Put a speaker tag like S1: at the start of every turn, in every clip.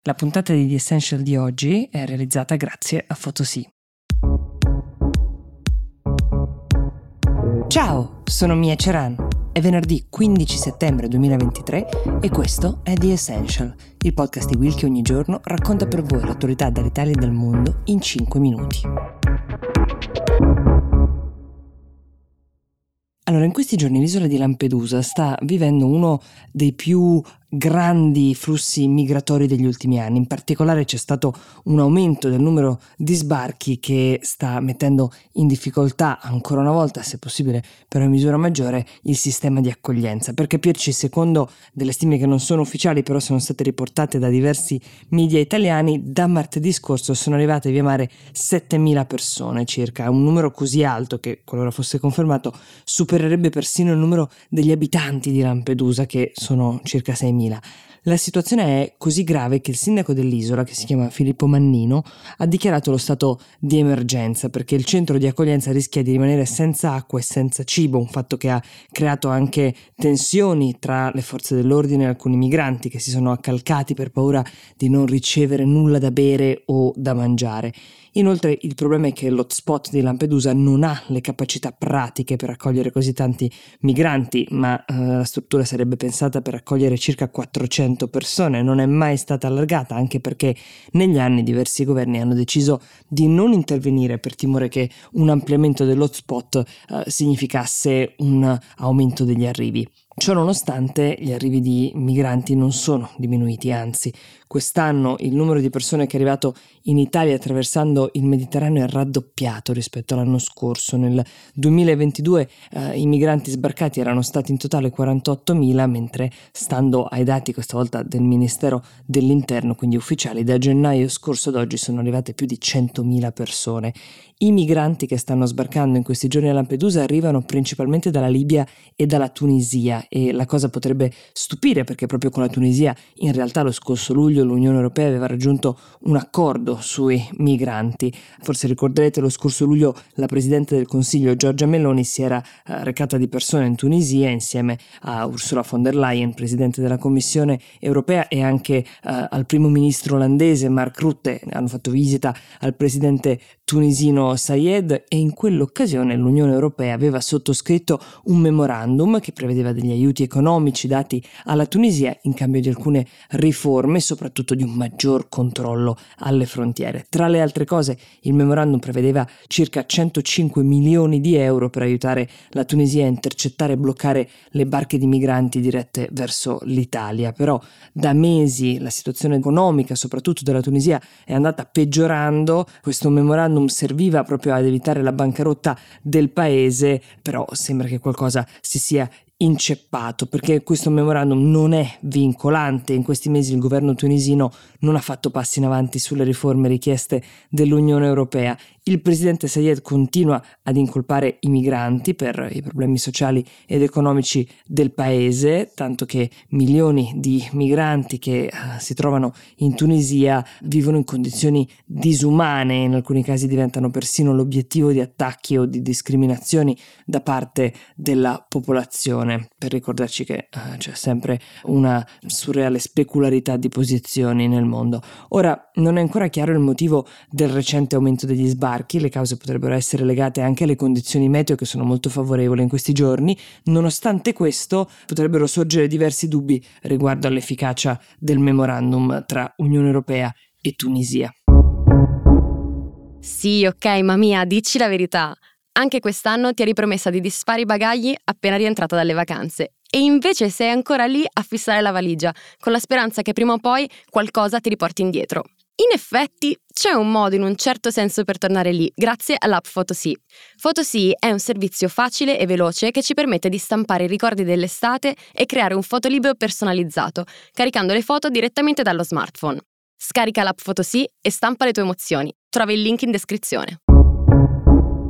S1: La puntata di The Essential di oggi è realizzata grazie a Photosea. Ciao, sono Mia Ceran. È venerdì 15 settembre 2023 e questo è The Essential, il podcast di Will che ogni giorno racconta per voi l'attualità dall'Italia e dal mondo in 5 minuti. Allora, in questi giorni l'isola di Lampedusa sta vivendo uno dei più grandi flussi migratori degli ultimi anni. In particolare c'è stato un aumento del numero di sbarchi che sta mettendo in difficoltà ancora una volta, se possibile però in misura maggiore, il sistema di accoglienza. Per capirci, secondo delle stime che non sono ufficiali però sono state riportate da diversi media italiani, da martedì scorso sono arrivate via mare 7.000 persone circa, un numero così alto che, qualora fosse confermato, supererebbe persino il numero degli abitanti di Lampedusa, che sono circa 6.000. La situazione è così grave che il sindaco dell'isola, che si chiama Filippo Mannino, ha dichiarato lo stato di emergenza perché il centro di accoglienza rischia di rimanere senza acqua e senza cibo, un fatto che ha creato anche tensioni tra le forze dell'ordine e alcuni migranti che si sono accalcati per paura di non ricevere nulla da bere o da mangiare. Inoltre il problema è che l'hotspot di Lampedusa non ha le capacità pratiche per accogliere così tanti migranti, ma la struttura sarebbe pensata per accogliere circa 400 persone, non è mai stata allargata, anche perché negli anni diversi governi hanno deciso di non intervenire per timore che un ampliamento dell'hotspot significasse un aumento degli arrivi. Ciò nonostante, gli arrivi di migranti non sono diminuiti, anzi, quest'anno il numero di persone che è arrivato in Italia attraversando il Mediterraneo è raddoppiato rispetto all'anno scorso. Nel 2022 i migranti sbarcati erano stati in totale 48.000, mentre, stando ai dati questa volta del Ministero dell'Interno, quindi ufficiali, da gennaio scorso ad oggi sono arrivate più di 100.000 persone. I migranti che stanno sbarcando in questi giorni a Lampedusa arrivano principalmente dalla Libia e dalla Tunisia, e la cosa potrebbe stupire perché proprio con la Tunisia in realtà lo scorso luglio l'Unione Europea aveva raggiunto un accordo sui migranti. Forse ricorderete, lo scorso luglio la Presidente del Consiglio Giorgia Meloni si era recata di persona in Tunisia insieme a Ursula von der Leyen, Presidente della Commissione Europea, e anche al Primo Ministro olandese Mark Rutte. Hanno fatto visita al Presidente tunisino Sayed e in quell'occasione l'Unione Europea aveva sottoscritto un memorandum che prevedeva degli aiuti economici dati alla Tunisia in cambio di alcune riforme e soprattutto di un maggior controllo alle frontiere. Tra le altre cose, il memorandum prevedeva circa 105 milioni di euro per aiutare la Tunisia a intercettare e bloccare le barche di migranti dirette verso l'Italia. Però da mesi la situazione economica, soprattutto della Tunisia, è andata peggiorando. Questo memorandum serviva proprio ad evitare la bancarotta del paese, però sembra che qualcosa si sia inceppato, perché questo memorandum non è vincolante. In questi mesi il governo tunisino non ha fatto passi in avanti sulle riforme richieste dell'Unione Europea. Il presidente Sayed continua ad incolpare i migranti per i problemi sociali ed economici del paese, tanto che milioni di migranti che si trovano in Tunisia vivono in condizioni disumane, in alcuni casi diventano persino l'obiettivo di attacchi o di discriminazioni da parte della popolazione, per ricordarci che c'è sempre una surreale specularità di posizioni nel mondo. Ora, non è ancora chiaro il motivo del recente aumento degli sbarchi. Le cause potrebbero essere legate anche alle condizioni meteo che sono molto favorevoli in questi giorni. Nonostante questo, potrebbero sorgere diversi dubbi riguardo all'efficacia del memorandum tra Unione Europea e Tunisia.
S2: Sì, ok, ma Mia, dici la verità. Anche quest'anno ti eri promessa di disfare i bagagli appena rientrata dalle vacanze. E invece sei ancora lì a fissare la valigia, con la speranza che prima o poi qualcosa ti riporti indietro. In effetti, c'è un modo in un certo senso per tornare lì, grazie all'app Photosea. Photosea è un servizio facile e veloce che ci permette di stampare i ricordi dell'estate e creare un fotolibro personalizzato, caricando le foto direttamente dallo smartphone. Scarica l'app Photosea e stampa le tue emozioni. Trovi il link in descrizione.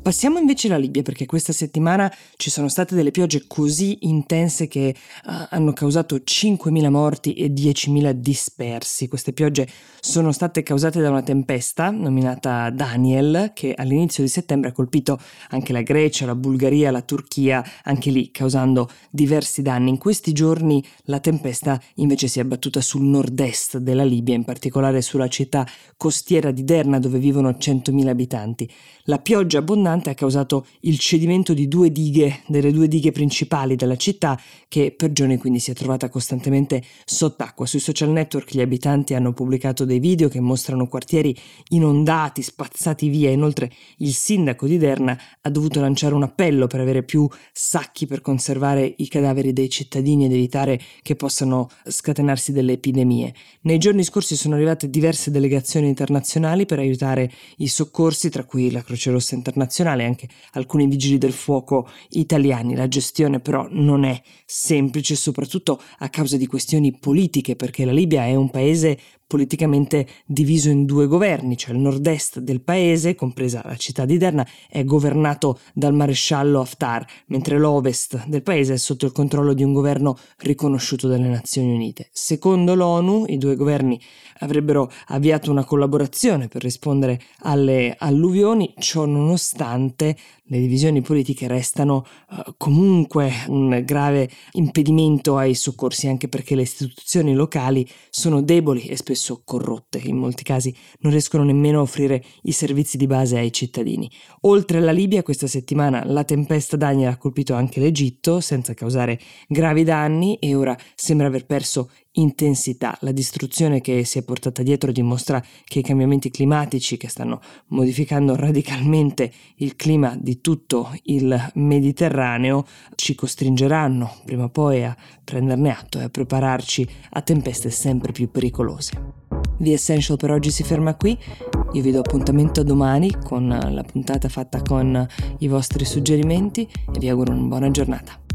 S1: Passiamo invece alla Libia, perché questa settimana ci sono state delle piogge così intense che hanno causato 5.000 morti e 10.000 dispersi. Queste piogge sono state causate da una tempesta nominata Daniel, che all'inizio di settembre ha colpito anche la Grecia, la Bulgaria, la Turchia, anche lì causando diversi danni. In questi giorni la tempesta invece si è abbattuta sul nord-est della Libia, in particolare sulla città costiera di Derna, dove vivono 100.000 abitanti. La pioggia abbondante ha causato il cedimento di delle due dighe principali della città, che per giorni quindi si è trovata costantemente sott'acqua. Sui social network gli abitanti hanno pubblicato dei video che mostrano quartieri inondati, spazzati via. Inoltre il sindaco di Derna ha dovuto lanciare un appello per avere più sacchi per conservare i cadaveri dei cittadini ed evitare che possano scatenarsi delle epidemie. Nei giorni scorsi sono arrivate diverse delegazioni internazionali per aiutare i soccorsi, tra cui la Croce Rossa Internazionale e anche alcuni vigili del fuoco italiani. La gestione però non è semplice, soprattutto a causa di questioni politiche, perché la Libia è un paese politicamente diviso in due governi, cioè il nord-est del paese, compresa la città di Derna, è governato dal maresciallo Haftar, mentre l'ovest del paese è sotto il controllo di un governo riconosciuto dalle Nazioni Unite. Secondo l'ONU, i due governi avrebbero avviato una collaborazione per rispondere alle alluvioni. Ciò nonostante, le divisioni politiche restano comunque un grave impedimento ai soccorsi, anche perché le istituzioni locali sono deboli e spesso corrotte. In molti casi non riescono nemmeno a offrire i servizi di base ai cittadini. Oltre alla Libia, questa settimana la tempesta Daniel ha colpito anche l'Egitto senza causare gravi danni e ora sembra aver perso intensità. La distruzione che si è portata dietro dimostra che i cambiamenti climatici che stanno modificando radicalmente il clima di tutto il Mediterraneo ci costringeranno prima o poi a prenderne atto e a prepararci a tempeste sempre più pericolose. The Essential per oggi si ferma qui. Io vi do appuntamento domani con la puntata fatta con i vostri suggerimenti e vi auguro una buona giornata.